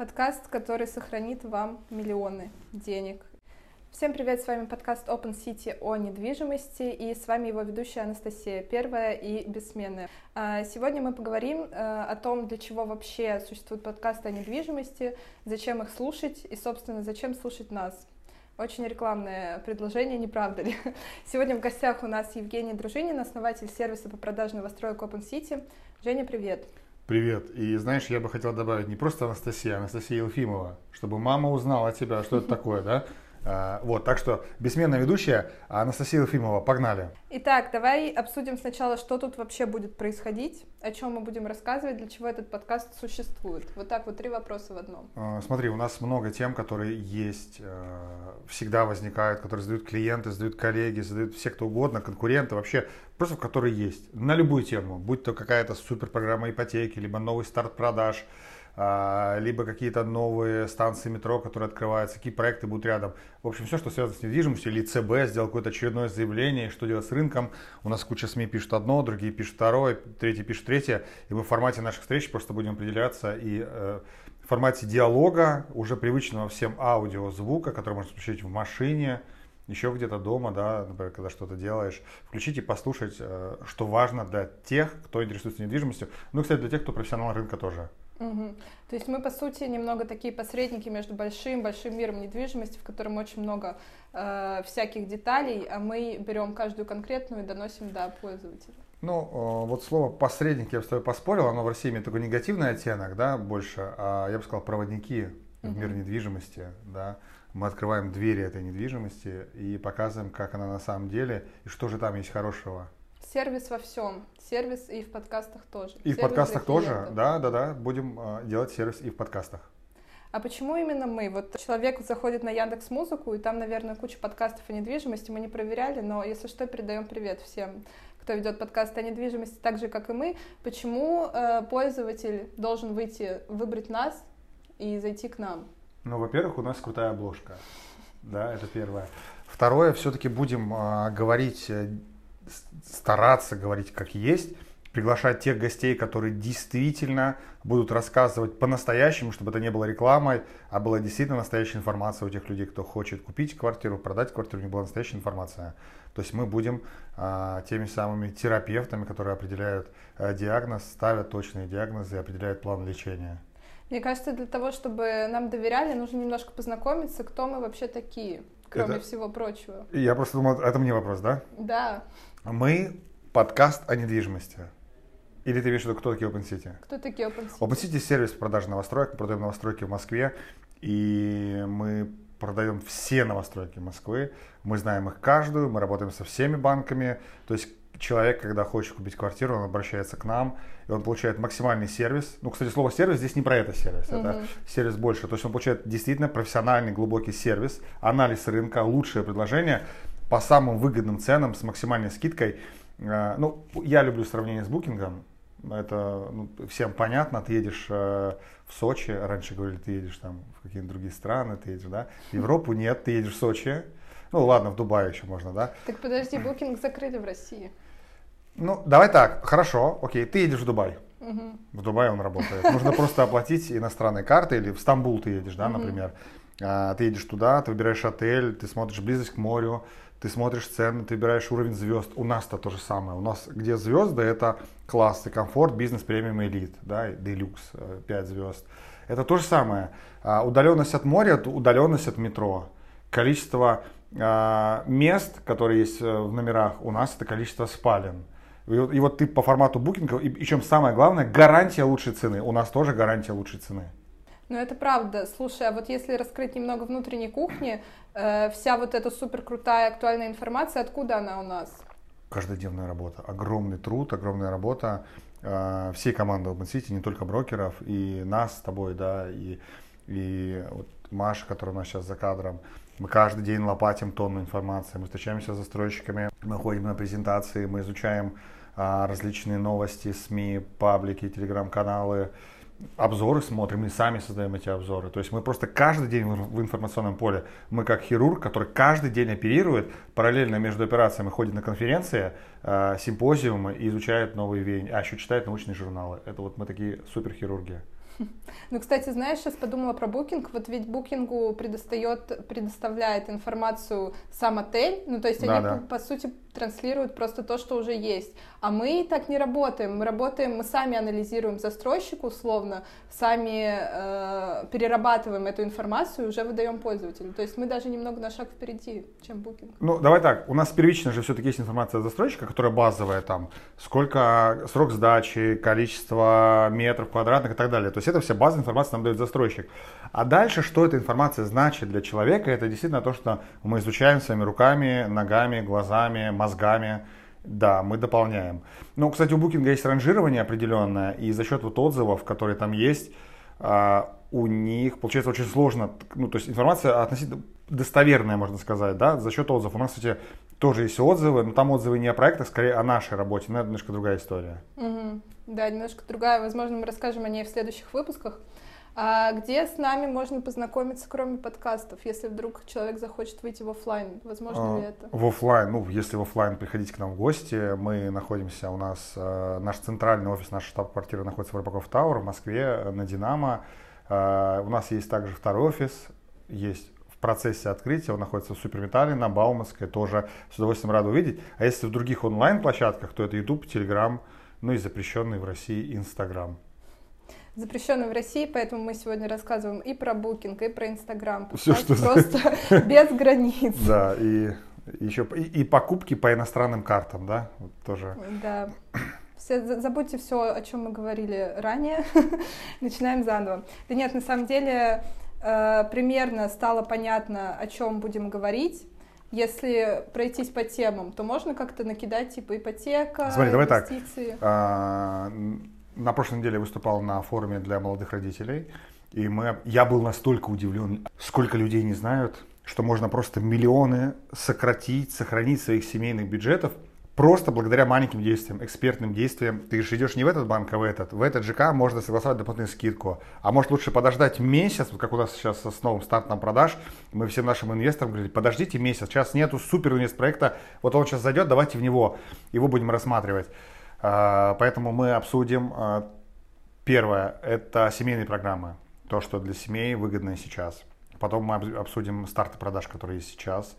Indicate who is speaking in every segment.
Speaker 1: Подкаст, который сохранит вам миллионы денег. Всем привет, с вами подкаст Open City о недвижимости, и с вами его ведущая Анастасия, первая и бессменная. Сегодня мы поговорим о том, для чего вообще существуют подкасты о недвижимости, зачем их слушать и, собственно, зачем слушать нас. Очень рекламное предложение, не правда ли? Сегодня в гостях у нас Евгений Дружинин, основатель сервиса по продаже новостроек Open City. Женя, привет.
Speaker 2: Привет. И знаешь, я бы хотел добавить не просто Анастасия, а Анастасия Елфимова, чтобы мама узнала от тебя, что это такое, да? Вот, так что бессменная ведущая Анастасия Елфимова, погнали.
Speaker 1: Итак, давай обсудим сначала, что тут вообще будет происходить, о чем мы будем рассказывать, для чего этот подкаст существует. Вот так вот, 3 вопроса в одном.
Speaker 2: Смотри, у нас много тем, которые есть, всегда возникают, которые задают клиенты, задают коллеги, задают все, кто угодно, конкуренты, вообще просто которые есть, на любую тему, будь то какая-то суперпрограмма ипотеки, либо новый старт продаж, либо какие-то новые станции метро, которые открываются, какие проекты будут рядом. В общем, все, что связано с недвижимостью, или ЦБ сделал какое-то очередное заявление, что делать с рынком. У нас куча СМИ пишут одно, другие пишут второе, третьи пишут третье. И мы в формате наших встреч просто будем определяться и в формате диалога, уже привычного всем аудиозвука, который можно включить в машине, еще где-то дома, да, например, когда что-то делаешь, включить и послушать, что важно для тех, кто интересуется недвижимостью. Ну и, кстати, для тех, кто профессионал рынка тоже.
Speaker 1: Угу. То есть мы, по сути, немного такие посредники между большим миром недвижимости, в котором очень много всяких деталей, а мы берем каждую конкретную и доносим до пользователя.
Speaker 2: Ну, вот слово «посредник» я бы с тобой поспорил, оно в России имеет такой негативный оттенок, да, больше, а я бы сказал, проводники в мир недвижимости, да. Мы открываем двери этой недвижимости и показываем, как она на самом деле и что же там есть хорошего.
Speaker 1: Сервис во всем. Сервис и в подкастах тоже.
Speaker 2: И в подкастах тоже, да. Будем делать сервис и в подкастах.
Speaker 1: А почему именно мы? Вот человек заходит на Яндекс.Музыку, и там, наверное, куча подкастов о недвижимости. Мы не проверяли, но, если что, передаем привет всем, кто ведет подкасты о недвижимости, так же, как и мы. Почему пользователь должен выбрать нас и зайти к нам?
Speaker 2: Ну, во-первых, у нас крутая обложка. Да, это первое. Второе, все-таки будем стараться говорить как есть, приглашать тех гостей, которые действительно будут рассказывать по-настоящему, чтобы это не было рекламой, а была действительно настоящая информация у тех людей, кто хочет купить квартиру, продать квартиру, у них была настоящая информация. То есть мы будем теми самыми терапевтами, которые определяют диагноз, ставят точные диагнозы и определяют план лечения.
Speaker 1: Мне кажется, для того, чтобы нам доверяли, нужно немножко познакомиться, кто мы вообще такие, кроме всего прочего.
Speaker 2: Я просто думал, это мне вопрос, да?
Speaker 1: Да.
Speaker 2: Мы подкаст о недвижимости. Или ты имеешь в виду, кто такие Open City?
Speaker 1: Кто такие Open City?
Speaker 2: Open City — сервис по продаже новостроек. Мы продаем новостройки в Москве. И мы продаем все новостройки Москвы. Мы знаем их каждую. Мы работаем со всеми банками. То есть человек, когда хочет купить квартиру, он обращается к нам. И он получает максимальный сервис. Ну, кстати, слово сервис здесь не про это сервис. Это сервис больше. То есть он получает действительно профессиональный, глубокий сервис. Анализ рынка, лучшее предложение по самым выгодным ценам с максимальной скидкой. Ну, я люблю сравнение с букингом. Это всем понятно. Ты едешь в Сочи. Раньше говорили, ты едешь там в какие-то другие страны. Ты едешь, да? В Европу нет, ты едешь в Сочи. Ну, ладно, в Дубае еще можно, да?
Speaker 1: Так подожди, букинг закрыли в России.
Speaker 2: Ну, давай так, хорошо, окей, ты едешь в Дубай. В Дубае он работает. Нужно просто оплатить иностранные карты. Или в Стамбул ты едешь, да, например. Ты едешь туда, ты выбираешь отель, ты смотришь близость к морю, ты смотришь цены, ты выбираешь уровень звезд. У нас-то то же самое. У нас где звезды — это класс и комфорт, бизнес, премиум, элит, да, делюкс, 5 звезд. Это то же самое. Удаленность от моря — удаленность от метро. Количество мест, которые есть в номерах, у нас — это количество спален. И вот ты по формату букинга, и причем самое главное, гарантия лучшей цены. У нас тоже гарантия лучшей цены.
Speaker 1: Ну, это правда. Слушай, а вот если раскрыть немного внутренней кухни, вся вот эта супер крутая актуальная информация, откуда она у нас?
Speaker 2: Каждодневная работа. Огромный труд, огромная работа всей команды Open City, не только брокеров, и нас с тобой, да, и вот Маша, которая у нас сейчас за кадром. Мы каждый день лопатим тонну информации, мы встречаемся с застройщиками, мы ходим на презентации, мы изучаем различные новости, СМИ, паблики, телеграм-каналы, обзоры смотрим и сами создаем эти обзоры. То есть мы просто каждый день в информационном поле. Мы как хирург, который каждый день оперирует, параллельно между операциями ходит на конференции, симпозиумы и изучает новые веяния, а еще читает научные журналы. Это вот мы такие суперхирурги.
Speaker 1: Ну, кстати, знаешь, сейчас подумала про Booking. Вот ведь Booking предоставляет информацию сам отель. Ну, то есть они, по сути, транслируют просто то, что уже есть. А мы так не работаем. Мы сами анализируем застройщик условно, сами перерабатываем эту информацию и уже выдаем пользователю. То есть мы даже немного на шаг впереди, чем Booking.
Speaker 2: Ну, давай так. У нас первично же все-таки есть информация от застройщика, которая базовая, там, сколько срок сдачи, количество метров квадратных и так далее. То есть это вся базовая информация нам дает застройщик. А дальше, что эта информация значит для человека, это действительно то, что мы изучаем своими руками, ногами, глазами, мозгами. Да, мы дополняем. Ну, кстати, у Booking есть ранжирование определенное, и за счет вот отзывов, которые там есть, у них получается очень сложно, ну, то есть информация относительно достоверная, можно сказать, да, за счет отзывов. У нас, кстати, тоже есть отзывы, но там отзывы не о проектах, скорее о нашей работе, но это немножко другая история.
Speaker 1: Угу. Да, немножко другая, возможно, мы расскажем о ней в следующих выпусках. А где с нами можно познакомиться, кроме подкастов, если вдруг человек захочет выйти в офлайн? Возможно ли это?
Speaker 2: В офлайн, ну, если в офлайн, приходите к нам в гости. Мы находимся, у нас наш центральный офис, наша штаб-квартира находится в Рыбаков Тауэр в Москве, на Динамо. У нас есть также второй офис, есть в процессе открытия, он находится в Суперметалле на Бауманской, тоже с удовольствием рад увидеть. А если в других онлайн-площадках, то это YouTube, Telegram, ну и запрещенный в России Instagram.
Speaker 1: Запрещенный в России, поэтому мы сегодня рассказываем и про Booking, и про Instagram.
Speaker 2: Все, что
Speaker 1: просто без границ.
Speaker 2: Да, и еще и покупки по иностранным картам, да, вот тоже.
Speaker 1: Да. Забудьте все, о чем мы говорили ранее. Начинаем заново. Да нет, на самом деле примерно стало понятно, о чем будем говорить. Если пройтись по темам, то можно как-то накидать типа ипотека,
Speaker 2: смотри,
Speaker 1: инвестиции.
Speaker 2: Давай так. На прошлой неделе я выступал на форуме для молодых родителей, и я был настолько удивлен, сколько людей не знают, что можно просто миллионы сократить, сохранить своих семейных бюджетов просто благодаря маленьким действиям, экспертным действиям. Ты же идешь не в этот банк, а в этот. В этот ЖК можно согласовать дополнительную скидку. А может лучше подождать месяц, вот как у нас сейчас с новым стартом продаж. Мы всем нашим инвесторам говорили, подождите месяц, сейчас нету супер инвестпроекта, вот он сейчас зайдет, давайте в него, его будем рассматривать. Поэтому мы обсудим, первое, это семейные программы, то, что для семей выгодно сейчас. Потом мы обсудим старты продаж, которые есть сейчас.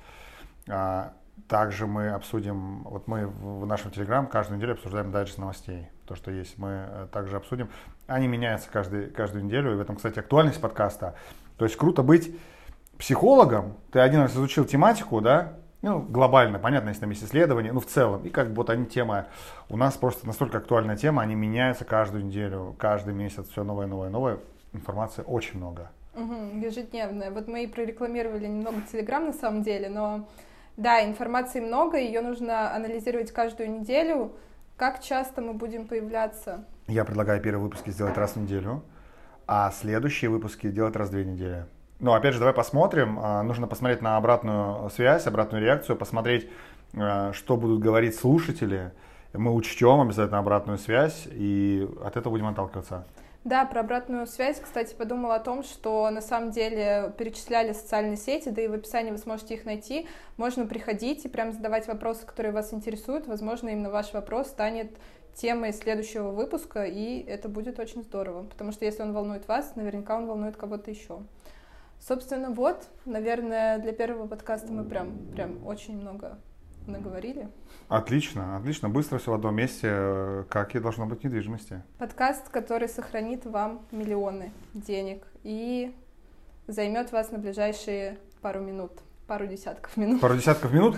Speaker 2: Также мы обсудим, вот мы в нашем Telegram каждую неделю обсуждаем дайджест новостей, то, что есть, мы также обсудим. Они меняются каждую неделю, и в этом, кстати, актуальность подкаста. То есть круто быть психологом, ты один раз изучил тематику, да, ну, глобально, понятно, если там есть исследования, ну, в целом, и как бы вот они тема, у нас просто настолько актуальная тема, они меняются каждую неделю, каждый месяц, все новое, информации очень много.
Speaker 1: Угу, ежедневная. Вот мы и прорекламировали немного Telegram на самом деле, но да, информации много, ее нужно анализировать каждую неделю. Как часто мы будем появляться?
Speaker 2: Я предлагаю первые выпуски сделать раз в неделю, а следующие выпуски делать раз в 2 недели. Ну, опять же, давай посмотрим. Нужно посмотреть на обратную связь, обратную реакцию, посмотреть, что будут говорить слушатели. Мы учтем обязательно обратную связь и от этого будем отталкиваться.
Speaker 1: Да, про обратную связь, кстати, подумала о том, что на самом деле перечисляли социальные сети, да и в описании вы сможете их найти. Можно приходить и прям задавать вопросы, которые вас интересуют. Возможно, именно ваш вопрос станет темой следующего выпуска, и это будет очень здорово. Потому что если он волнует вас, наверняка он волнует кого-то еще. Собственно, вот, наверное, для первого подкаста мы прям очень много наговорили.
Speaker 2: Отлично. Быстро все в одном месте, как и должно быть в недвижимости.
Speaker 1: Подкаст, который сохранит вам миллионы денег и займет вас на ближайшие пару десятков минут.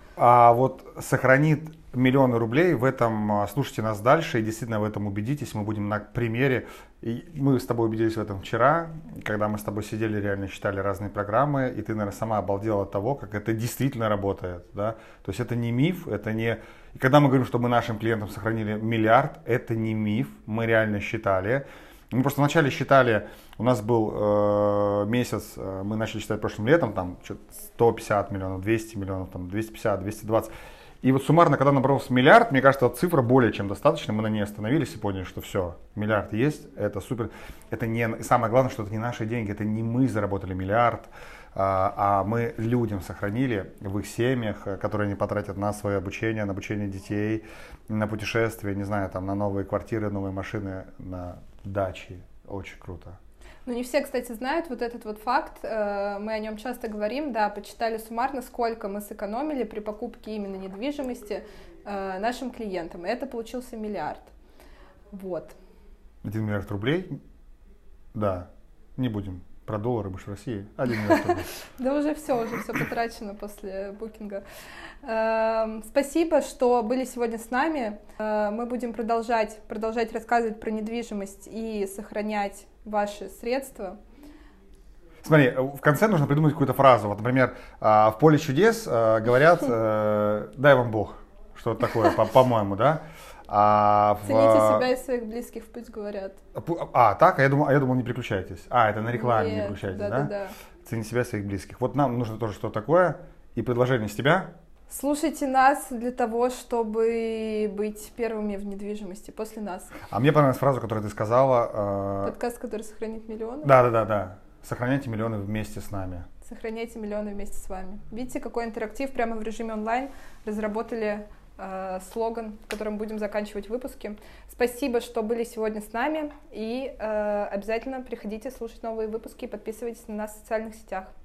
Speaker 1: А вот сохранит миллионы рублей, в этом слушайте нас дальше и действительно в этом убедитесь. Мы будем на примере. И мы с тобой убедились в этом вчера, когда мы с тобой сидели, реально считали разные программы, и ты, наверное, сама обалдела от того, как это действительно работает. Да? То есть это не миф, это не... И когда мы говорим, что мы нашим клиентам сохранили миллиард, это не миф, мы реально считали. Мы просто вначале считали, у нас был месяц, мы начали считать прошлым летом, там 150 миллионов, 200 миллионов, там 250, 220. И вот суммарно, когда набрался миллиард, мне кажется, цифра более чем достаточно, мы на ней остановились и поняли, что все, миллиард есть, это супер. Это не, самое главное, что это не наши деньги, это не мы заработали миллиард, а мы людям сохранили в их семьях, которые они потратят на свое обучение, на обучение детей, на путешествия, не знаю, там, на новые квартиры, новые машины, на дачи,
Speaker 2: очень круто.
Speaker 1: Ну, не все, кстати, знают вот этот вот факт, мы о нем часто говорим, да, почитали суммарно, сколько мы сэкономили при покупке именно недвижимости нашим клиентам, и это получился 1 миллиард. Вот.
Speaker 2: 1 миллиард рублей? Да, не будем про доллары, мы же в России. 1 миллиард рублей.
Speaker 1: Да уже все потрачено после букинга. Спасибо, что были сегодня с нами. Мы будем продолжать рассказывать про недвижимость и сохранять ваши средства.
Speaker 2: Смотри, в конце нужно придумать какую-то фразу. Вот, например, в «Поле чудес» говорят «дай вам Бог». Что-то такое, по-моему, да?
Speaker 1: Цените себя и своих близких, пусть говорят.
Speaker 2: Так? Я думал, не переключайтесь. Это на рекламе не переключайтесь, да?
Speaker 1: Да.
Speaker 2: Цените себя и своих близких. Вот нам нужно тоже что-то такое. И предложение с тебя.
Speaker 1: Слушайте нас для того, чтобы быть первыми в недвижимости после нас.
Speaker 2: Мне понравилась фраза, которую ты сказала.
Speaker 1: Подкаст, который сохранит миллионы.
Speaker 2: Да. Сохраняйте миллионы вместе с нами.
Speaker 1: Сохраняйте миллионы вместе с вами. Видите, какой интерактив прямо в режиме онлайн. Разработали слоган, которым будем заканчивать выпуски. Спасибо, что были сегодня с нами. И обязательно приходите слушать новые выпуски и подписывайтесь на нас в социальных сетях.